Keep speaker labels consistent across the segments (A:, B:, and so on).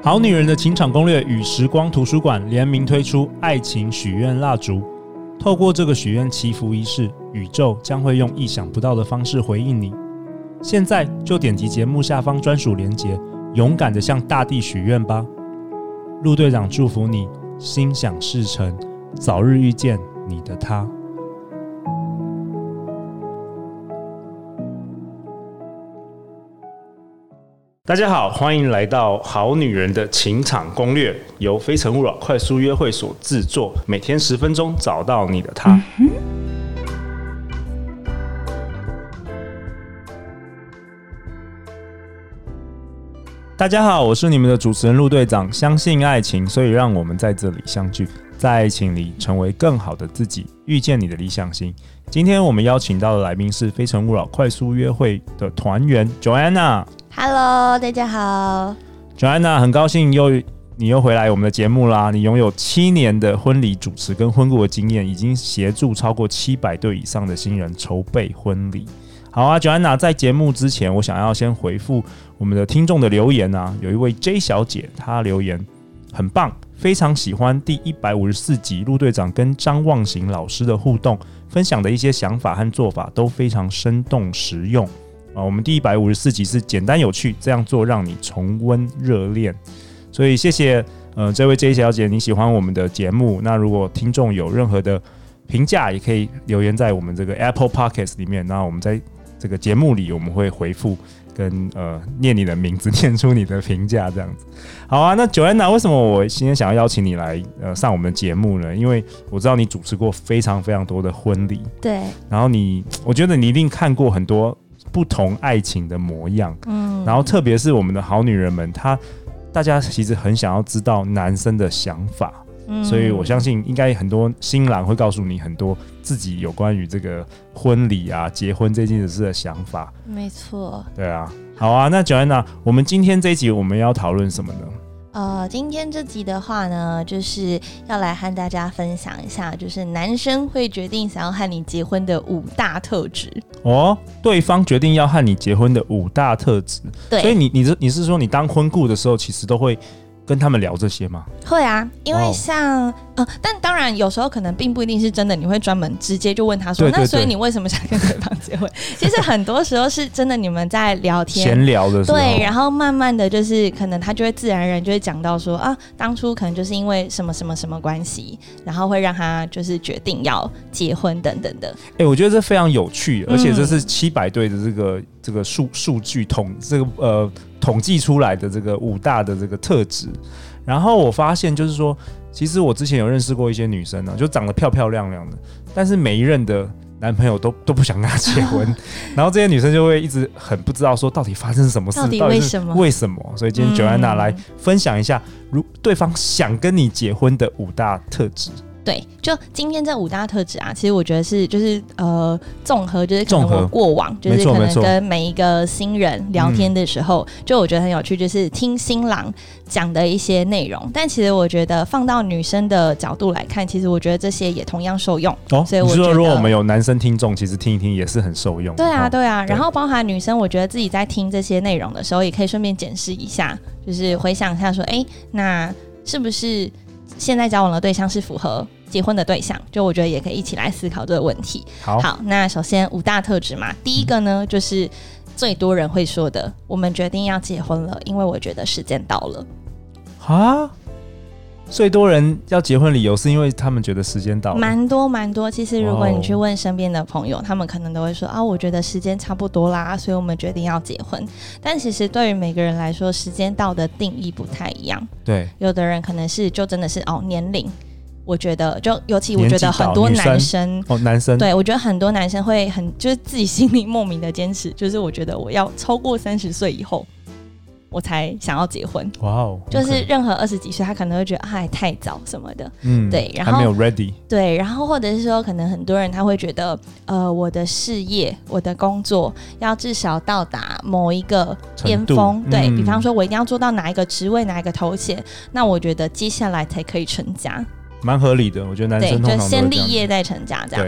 A: 好女人的情场攻略与时光图书馆联名推出爱情许愿蜡烛，透过这个许愿祈福仪式，宇宙将会用意想不到的方式回应你。现在就点击节目下方专属连结，勇敢地向大地许愿吧。陆队长祝福你心想事成，早日遇见你的他。大家好，欢迎来到好女人的情场攻略，由非诚勿扰快速约会所制作，每天10分钟，找到你的他。大家好，我是你们的主持人陆队长。相信爱情，所以让我们在这里相聚，在爱情里成为更好的自己，遇见你的理想型。今天我们邀请到的来宾是非诚勿扰快速约会的团员 Joanna。Hello，
B: 大家好
A: ，Joanna， 很高兴你又回来我们的节目啦。你拥有7年的婚礼主持跟婚顾的经验，已经协助超过700对以上的新人筹备婚礼。好啊 ，Joanna， 在节目之前，我想要先回复我们的听众的留言啊。有一位 J 小姐，她留言很棒，非常喜欢第154集陆队长跟张望行老师的互动，分享的一些想法和做法都非常生动实用。我们第154集是简单有趣，这样做让你重温热恋。所以谢谢这位 J 小姐，你喜欢我们的节目。那如果听众有任何的评价，也可以留言在我们这个 Apple Podcast 里面。那我们在这个节目里我们会回复跟念你的名字，念出你的评价这样子。好啊，那 Joanna， 为什么我今天想要邀请你来上我们的节目呢？因为我知道你主持过非常非常多的婚礼，
B: 对，
A: 然后我觉得你一定看过很多不同爱情的模样，然后特别是我们的好女人们，大家其实很想要知道男生的想法，所以我相信应该很多新郎会告诉你很多自己有关于这个婚礼啊、结婚这件事的想法。
B: 没错，
A: 对啊，好啊，那 Joanna， 我们今天这一集我们要讨论什么呢？
B: 今天这集的话呢，就是要来和大家分享一下，就是男生会决定想要和你结婚的5大特质。
A: 哦，对方决定要和你结婚的5大特质。对，所以你是说你当婚顾的时候，其实都会跟他们聊这些吗？
B: 会啊，因为像但当然有时候可能并不一定是真的，你会专门直接就问他说，那所以你为什么想跟对方结婚？其实很多时候是真的，你们在聊天
A: 闲聊的时候，
B: 对，然后慢慢的就是可能他就会自然而然就会讲到说啊，当初可能就是因为什么什么什么关系，然后会让他就是决定要结婚等等的。
A: 我觉得这非常有趣，而且这是700对的这个数据统计出来的这个5大的这个特质。然后我发现就是说，其实我之前有认识过一些女生呢，就长得漂漂亮亮的，但是每一任的男朋友都不想跟她结婚，然后这些女生就会一直很不知道说到底发生什么事，
B: 到底为什么？
A: 所以今天 Joanna 来分享一下，对方想跟你结婚的5大特质。
B: 对，就今天这5大特质啊，其实我觉得是就是综合，就是可能我过往就是可能跟每一个新人聊天的时候，就我觉得很有趣，就是听新郎讲的一些内容。但其实我觉得放到女生的角度来看，其实我觉得这些也同样受用。所以我觉得
A: 你说如果我们有男生听众，其实听一听也是很受用。
B: 对啊，对啊。然后包含女生，我觉得自己在听这些内容的时候，也可以顺便检视一下，就是回想一下说，那是不是现在交往的对象是符合结婚的对象，就我觉得也可以一起来思考这个问题。好，那首先5大特质嘛，第一个呢就是最多人会说的，我们决定要结婚了，因为我觉得时间到了。
A: 啊？最多人要结婚理由是因为他们觉得时间到了？蛮
B: 多。其实如果你去问身边的朋友，他们可能都会说啊，我觉得时间差不多啦，所以我们决定要结婚。但其实对于每个人来说，时间到的定义不太一样。
A: 对，
B: 有的人可能是就真的是年龄。我觉得就尤其我觉得很多男生对，我觉得很多男生会就是自己心里莫名的坚持，就是我觉得我要超过30岁以后我才想要结婚。
A: 哇哦，
B: 就是任何20几岁他可能会觉得还太早什么的，对，然后
A: 还没有 ready，
B: 对，然后或者是说可能很多人他会觉得我的事业我的工作要至少到达某一个巅峰，对，比方说我一定要做到哪一个职位哪一个头衔，那我觉得接下来才可以成家，
A: 蛮合理的。我觉得男生通常都
B: 对，就先立业再成家这样。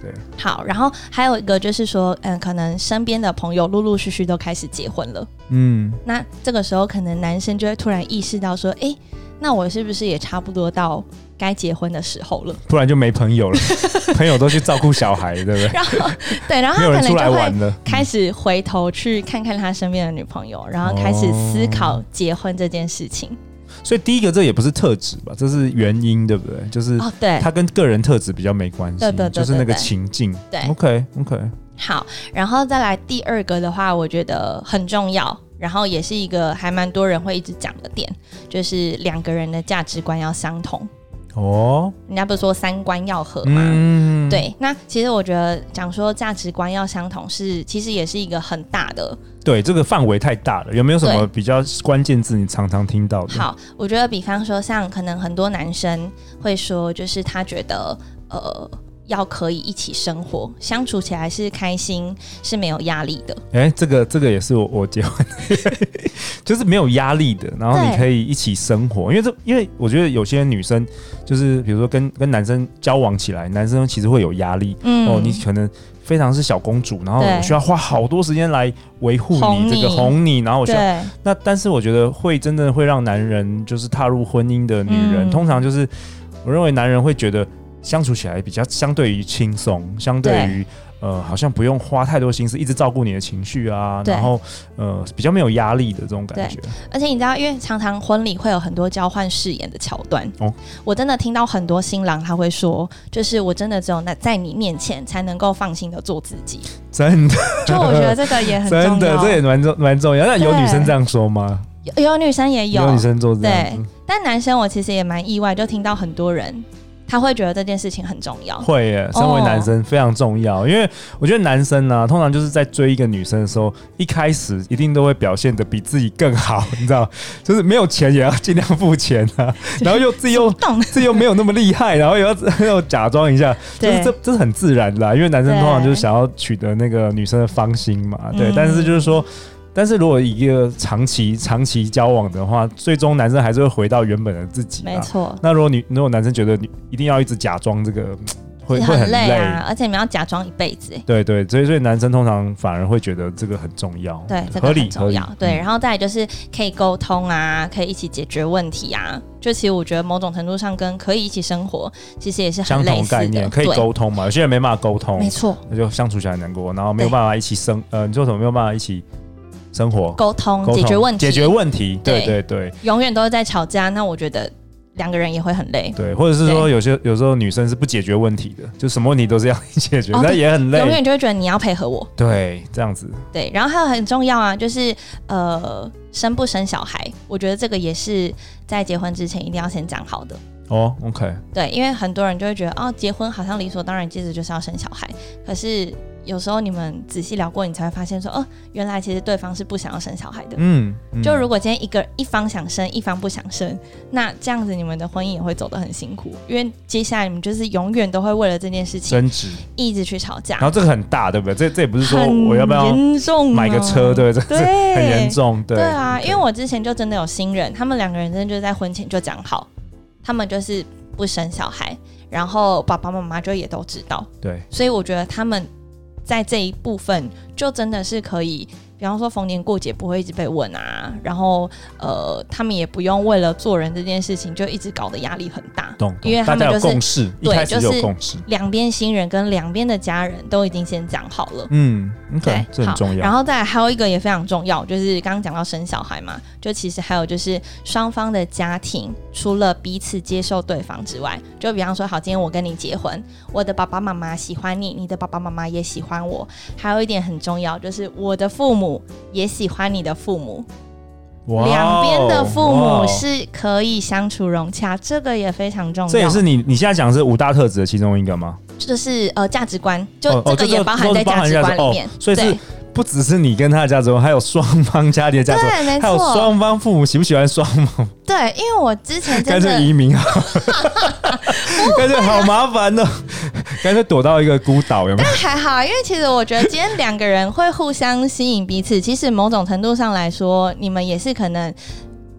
A: 对。
B: 好，然后还有一个就是说，可能身边的朋友陆陆续续都开始结婚了，那这个时候可能男生就会突然意识到说，那我是不是也差不多到该结婚的时候了？
A: 不然就没朋友了，朋友都去照顾小孩，对不对？
B: 然后对，然后他可能就会开始回头去看看他身边的女朋友，然后开始思考结婚这件事情。
A: 所以第一个这也不是特质吧，这是原因，对不对？就是它跟个人特质比较没关系，对，就是那个情境。
B: 对
A: ，OK。
B: 好，然后再来第二个的话，我觉得很重要，然后也是一个还蛮多人会一直讲的点，就是两个人的价值观要相同。人家不是说三观要合吗？对，那其实我觉得讲说价值观要相同其实也是一个很大的，
A: 对，这个范围太大了。有没有什么比较关键字你常常听到的？
B: 好，我觉得比方说像可能很多男生会说，就是他觉得要可以一起生活，相处起来是开心，是没有压力的。这个也是我结婚就是没有压力的，然后你可以一起生活。因为我觉得有些女生就是比如说跟男生交往起来，男生其实会有压力。你可能非常是小公主，然后我需要花好多时间来维护你，这个哄你，然后我需要那但是我觉得真的会让男人就是踏入婚姻的女人，通常就是我认为男人会觉得相处起来比较相对于轻松，相对于好像不用花太多心思一直照顾你的情绪啊，然后比较没有压力的这种感觉。 而且你知道，因为常常婚礼会有很多交换誓言的桥段，我真的听到很多新郎他会说，就是我真的只有在你面前才能够放心的做自己。
A: 真的，
B: 就我觉得这个也很重要，
A: 真的这也蛮重要。那有女生这样说吗？
B: 有女生也有，
A: 有女生做这样子。
B: 对，但男生我其实也蛮意外，就听到很多人他会觉得这件事情很重要。
A: 会耶，身为男生非常重要，因为我觉得男生呢，通常就是在追一个女生的时候，一开始一定都会表现得比自己更好，你知道，就是没有钱也要尽量付钱啊，然后自己又没有那么厉害，然后也要假装一下，就是这是很自然的啦，因为男生通常就是想要取得那个女生的芳心嘛，对，但是就是说。但是如果一个长期交往的话，最终男生还是会回到原本的自己。
B: 没错。
A: 那如果男生觉得你一定要一直假装这个，会很累
B: 啊，而且你们要假装一辈子。
A: 对，所以男生通常反而会觉得这个很重要。
B: 对，这个很重要。对，然后再来就是可以沟通啊，可以一起解决问题啊。就其实我觉得某种程度上跟可以一起生活，其实也是很类似的。相同概念，
A: 可以沟通嘛？有些人没办法沟通，
B: 没错，
A: 那就相处起来难过，然后没有办法一起你说什么没有办法一起。生活
B: 沟通解决问题，
A: 对，
B: 永远都是在吵架。那我觉得两个人也会很累，
A: 对，或者是说有时候女生是不解决问题的，就什么问题都是要你解决，那也很累，
B: 永远就会觉得你要配合我，
A: 对，这样子，
B: 对。然后还有很重要啊，就是生不生小孩，我觉得这个也是在结婚之前一定要先讲好的。
A: OK，
B: 对，因为很多人就会觉得结婚好像理所当然，接着就是要生小孩，可是有时候你们仔细聊过，你才会发现说，原来其实对方是不想要生小孩的。就如果今天一方想生，一方不想生，那这样子你们的婚姻也会走得很辛苦，因为接下来你们就是永远都会为了这件事情
A: 争执，
B: 一直去吵架。
A: 然后这个很大，对不对？这也不是说我要不要买个车，对，这很严重，对
B: 啊。因为我之前就真的有新人，他们两个人真的就是在婚前就讲好，他们就是不生小孩，然后爸爸妈妈就也都知道，
A: 对，
B: 所以我觉得他们在这一部分就真的是可以，比方说逢年过节不会一直被问啊，然后他们也不用为了做人这件事情就一直搞得压力很大，因为他们就是大家有
A: 共识，一开始就有共识，
B: 两边新人跟两边的家人都已经先讲好了。
A: 对，这很重要。
B: 然后再来还有一个也非常重要，就是刚刚讲到生小孩嘛，就其实还有就是双方的家庭除了彼此接受对方之外，就比方说好，今天我跟你结婚，我的爸爸妈妈喜欢你，你的爸爸妈妈也喜欢我，还有一点很重要，就是我的父母也喜欢你的父母，两边的父母是可以相处融洽，这个也非常重要。
A: 这也是你现在讲的是5大特质的其中一个吗？
B: 就是价值观，就这个也包含在价值观里面，
A: 所以是不只是你跟他的价值观，还有双方家庭的价值观，还有双方父母喜不喜欢双方。
B: 对，因为我之前
A: 干脆移民啊，干脆好麻烦哦，干脆躲到一个孤岛，有没有？
B: 但还好，因为其实我觉得今天两个人会互相吸引彼此，其实某种程度上来说，你们也是可能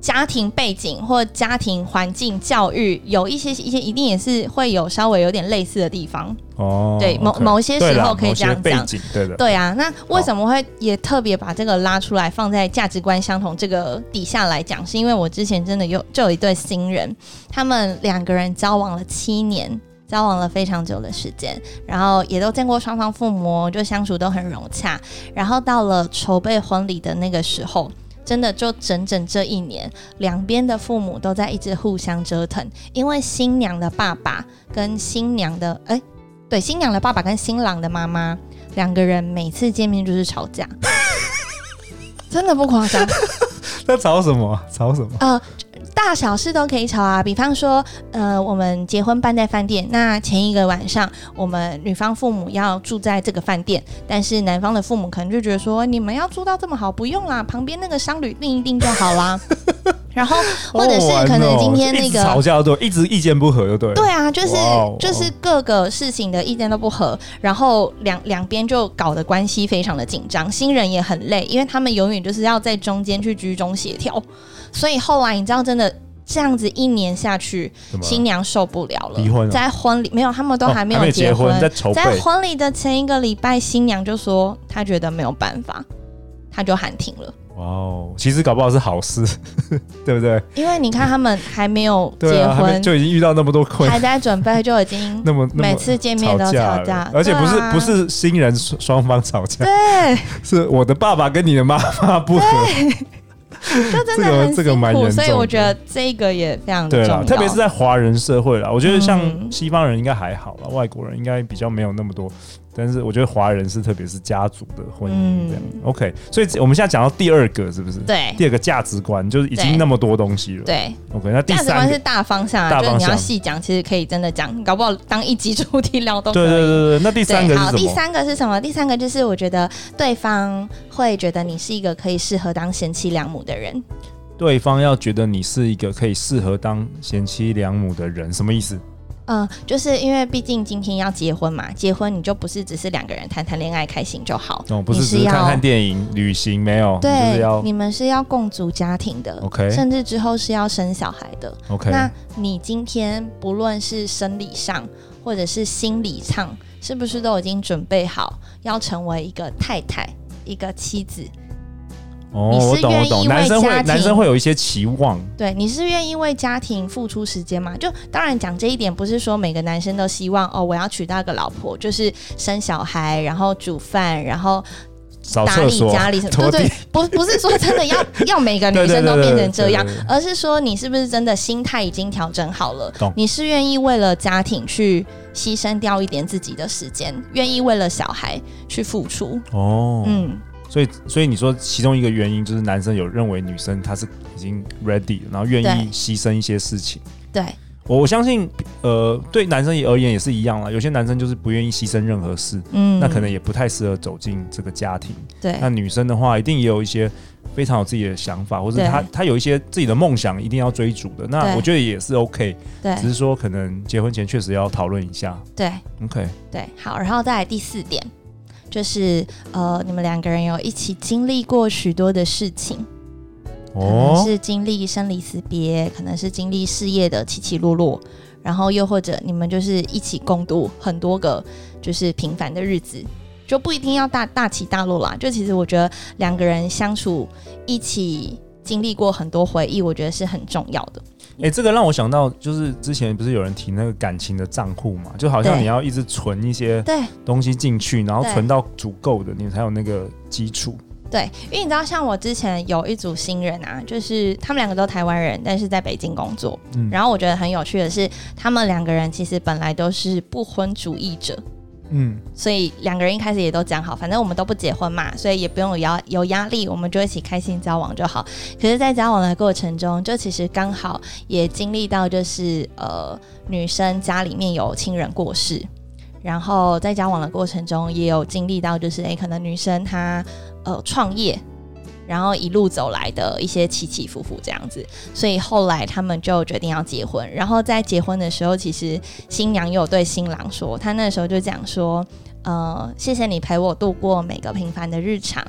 B: 家庭背景或家庭环境教育有一些一定也是会有稍微有点类似的地方哦。对，某些时候可以这样讲，
A: 对的，
B: 对啊。那为什么会也特别把这个拉出来放在价值观相同这个底下来讲？是因为我之前真的就有一对新人，他们2个人交往了7年。交往了非常久的时间，然后也都见过双方父母，就相处都很融洽。然后到了筹备婚礼的那个时候，真的就整整这1年，两边的父母都在一直互相折腾，因为新娘的爸爸跟新娘的新娘的爸爸跟新郎的妈妈2个人每次见面就是吵架，真的不夸张。
A: 那吵什么？
B: 大小事都可以吵啊，比方说，我们结婚办在饭店，那前一个晚上，我们女方父母要住在这个饭店，但是男方的父母可能就觉得说，你们要住到这么好，不用啦，旁边那个商旅订一订就好啦。然后或者是可能今天那个
A: 吵架对，一直意见不合就对了。
B: 对啊，就是各个事情的意见都不合，然后两边就搞得关系非常的紧张，新人也很累，因为他们永远就是要在中间去居中协调，所以后来你知道真的这样子1年下去，新娘受不了了，
A: 离婚了。
B: 在婚礼没有，他们都还没有结婚，
A: 在筹备。
B: 在婚礼的前一个礼拜，新娘就说她觉得没有办法，她就喊停了。
A: 哇哦，其实搞不好是好事，对不对？
B: 因为你看他们还没有结婚，
A: 就已经遇到那么多困难，
B: 还在准备就已经每次见面都吵架，
A: 而且不是新人双方吵架，
B: 对，
A: 是我的爸爸跟你的妈妈不合。
B: 就真的很辛苦，
A: 所
B: 以我觉得这个也非常重要，
A: 特别是在华人社会啦。我觉得像西方人应该还好啦，外国人应该比较没有那么多。但是我觉得华人是特别是家族的婚姻这样，OK。所以我们现在讲到第2个是不是？
B: 对，
A: 第2个价值观就是已经那么多东西了。
B: 对
A: ，OK。那第3个
B: 价值观是大方向啊，就是你要细讲，其实可以真的讲，搞不好当一集主题聊都可以。
A: 对。那第3个是什么？
B: 第3个是什么？第3个就是我觉得对方会觉得你是一个可以适合当贤妻良母的人。
A: 对方要觉得你是一个可以适合当贤妻良母的人，什么意思？
B: 就是因为毕竟今天要结婚嘛，结婚你就不是只是2个人谈谈恋爱开心就好，
A: 不是只是看看电影、旅行，没有，
B: 对，你们是要共组家庭的
A: ，OK，
B: 甚至之后是要生小孩的
A: ，OK。
B: 那你今天不论是生理上或者是心理上，是不是都已经准备好要成为一个太太、一个妻子？你是愿意为家庭，
A: 男生会有一些期望，
B: 对，你是愿意为家庭付出时间吗？就当然讲这一点，不是说每个男生都希望我要娶到一个老婆，就是生小孩，然后煮饭，然后打理家里什么，对，不是说真的要每个女生都变成这样，而是说你是不是真的心态已经调整好了？你是愿意为了家庭去牺牲掉一点自己的时间，愿意为了小孩去付出？
A: 所以你说其中一个原因就是男生有认为女生她是已经 ready 了，然后愿意牺牲一些事情。
B: 对，
A: 我相信对男生而言也是一样啦，有些男生就是不愿意牺牲任何事，那可能也不太适合走进这个家庭。
B: 对，
A: 那女生的话一定也有一些非常有自己的想法，或者她有一些自己的梦想一定要追逐的，那我觉得也是 OK。对，只是说可能结婚前确实要讨论一下。
B: 对
A: ，OK，
B: 对，好，然后再来第4点。就是你们2个人有一起经历过许多的事情，可能是经历生离死别，可能是经历事业的起起落落，然后又或者你们就是一起共度很多个就是平凡的日子，就不一定要大起大落啦。就其实我觉得2个人相处一起经历过很多回忆，我觉得是很重要的。
A: 这个让我想到，就是之前不是有人提那个感情的账户嘛，就好像你要一直存一些东西进去，然后存到足够的，你才有那个基础。
B: 对，因为你知道，像我之前有一组新人啊，就是他们2个都台湾人，但是在北京工作。然后我觉得很有趣的是，他们2个人其实本来都是不婚主义者。所以2个人一开始也都讲好，反正我们都不结婚嘛，所以也不用有压力，我们就一起开心交往就好。可是在交往的过程中，就其实刚好也经历到就是女生家里面有亲人过世，然后在交往的过程中也有经历到就是可能女生她创业，然后一路走来的一些起起伏伏这样子，所以后来他们就决定要结婚。然后在结婚的时候，其实新娘有对新郎说，她那时候就讲说谢谢你陪我度过每个平凡的日常，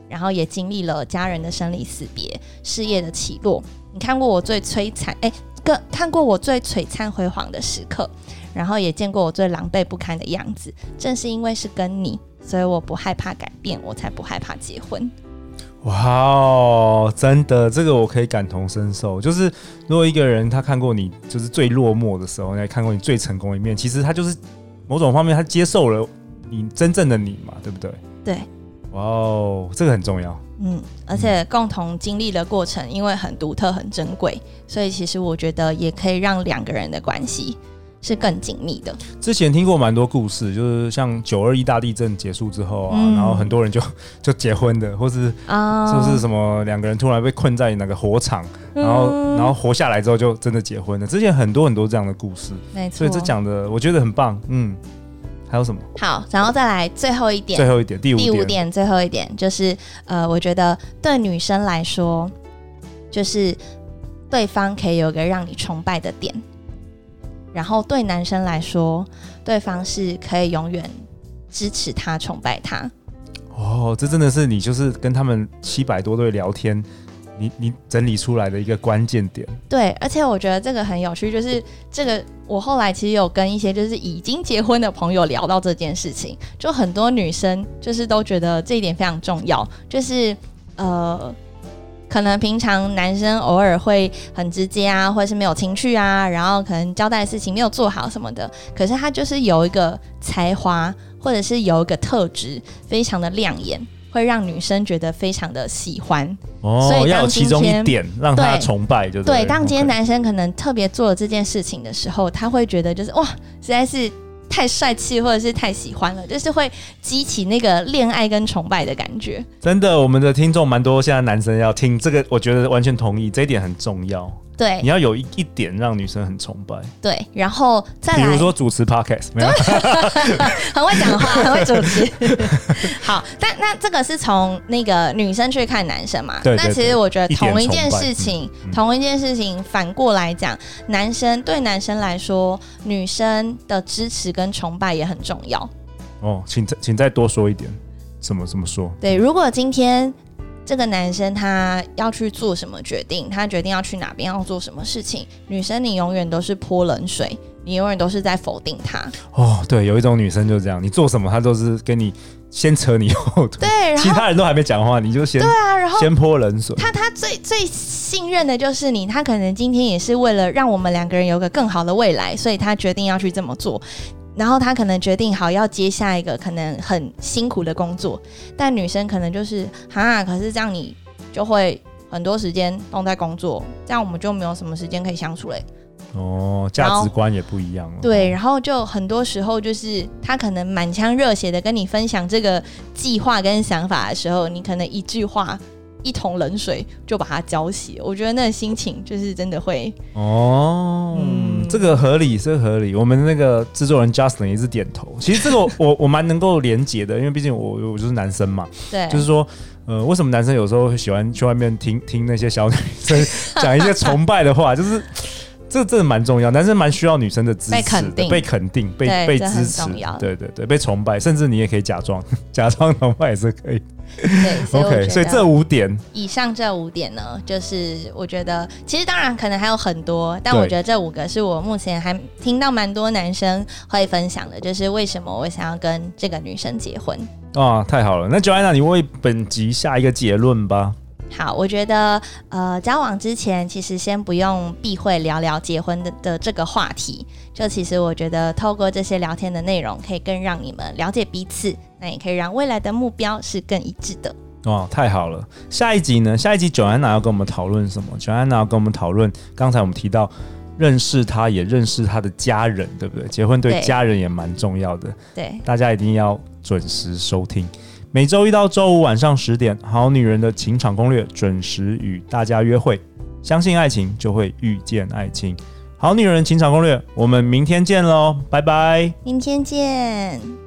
B: 然后也经历了家人的生离死别、事业的起落。你看过我最璀璨，看过我最璀璨辉煌的时刻，然后也见过我最狼狈不堪的样子。正是因为是跟你，所以我不害怕改变，我才不害怕结婚。
A: 哇哦，真的，这个我可以感同身受。就是如果一个人他看过你就是最落寞的时候，也看过你最成功的一面，其实他就是某种方面他接受了你真正的你嘛，对不对？
B: 对。
A: 哇哦，这个很重要。
B: 而且共同经历的过程，因为很独特、很珍贵，所以其实我觉得也可以让两个人的关系是更紧密的。
A: 之前听过蛮多故事，就是像921大地震结束之后啊，然后很多人就结婚的，或是就是什么两个人突然被困在那个火场，然后活下来之后就真的结婚了。之前很多很多这样的故事，
B: 没错。
A: 所以这讲的我觉得很棒。还有什么？
B: 好，然后再来最后一点，
A: 第五点，
B: 最后一点就是我觉得对女生来说，就是对方可以有个让你崇拜的点，然后对男生来说，对方是可以永远支持他、崇拜他。
A: 哦，这真的是你就是跟他们700多对聊天，你整理出来的一个关键点。
B: 对，而且我觉得这个很有趣，就是这个我后来其实有跟一些就是已经结婚的朋友聊到这件事情，就很多女生就是都觉得这一点非常重要，就是可能平常男生偶尔会很直接啊，或者是没有情绪啊，然后可能交代的事情没有做好什么的，可是他就是有一个才华，或者是有一个特质非常的亮眼，会让女生觉得非常的喜欢。所以
A: 要有其中一点让他崇拜，就对。
B: 当今天男生可能特别做了这件事情的时候，他会觉得就是哇，实在是太帅气，或者是太喜欢了，就是会激起那个恋爱跟崇拜的感觉。
A: 真的，我们的听众蛮多，现在男生要听这个，我觉得完全同意，这一点很重要。
B: 对，
A: 你要有一点让女生很崇拜。
B: 对，然后再来，
A: 比如说主持 podcast， 没有
B: 很会讲话，很会主持。好，但那这个是从那个女生去看男生嘛？
A: 对。
B: 那其实我觉得同一件事情，反过来讲，对男生来说，女生的支持跟崇拜也很重要。
A: 哦，请再多说一点，怎么说？
B: 对，如果今天这个男生他要去做什么决定，他决定要去哪边，要做什么事情，女生你永远都是泼冷水，你永远都是在否定他。
A: 哦，对，有一种女生就这样，你做什么她都是跟你先扯你后腿，
B: 对，
A: 其他人都还没讲话，你就先然后先泼冷水。
B: 他最信任的就是你，他可能今天也是为了让我们两个人有个更好的未来，所以他决定要去这么做。然后他可能决定好要接下一个可能很辛苦的工作，但女生可能就是可是这样你就会很多时间都在工作，这样我们就没有什么时间可以相处嘞。
A: 价值观也不一样了。
B: 对，然后就很多时候就是他可能满腔热血的跟你分享这个计划跟想法的时候，你可能一句话一桶冷水就把它浇熄。我觉得那个心情就是真的会
A: 这个合理，这个合理。我们那个制作人 Justin 也是点头。其实这个我蛮能够连结的，因为毕竟我就是男生嘛。
B: 对，
A: 就是说为什么男生有时候会喜欢去外面听那些小女生讲一些崇拜的话，就是这真的蛮重要。男生蛮需要女生的支持的，被肯定，被支持，对，被崇拜，甚至你也可以假装崇拜也是可以。
B: 对，
A: 所以这5点，
B: 以上这5点呢，就是我觉得其实当然可能还有很多，但我觉得这5个是我目前还听到蛮多男生会分享的，就是为什么我想要跟这个女生结婚。
A: 太好了，那 Joanna 你为本集下一个结论吧。
B: 好，我觉得交往之前其实先不用避讳聊聊结婚的这个话题，就其实我觉得透过这些聊天的内容可以更让你们了解彼此，那也可以让未来的目标是更一致的。
A: 太好了。下一集呢？下一集 Joanna 要跟我们讨论什么？ Joanna 要跟我们讨论刚才我们提到认识他也认识他的家人，对不对？结婚对家人也蛮重要的。
B: 对，
A: 大家一定要准时收听。每周一到周五晚上10点，好女人的情场攻略准时与大家约会。相信爱情，就会遇见爱情。好女人情场攻略，我们明天见喽，拜拜。
B: 明天见。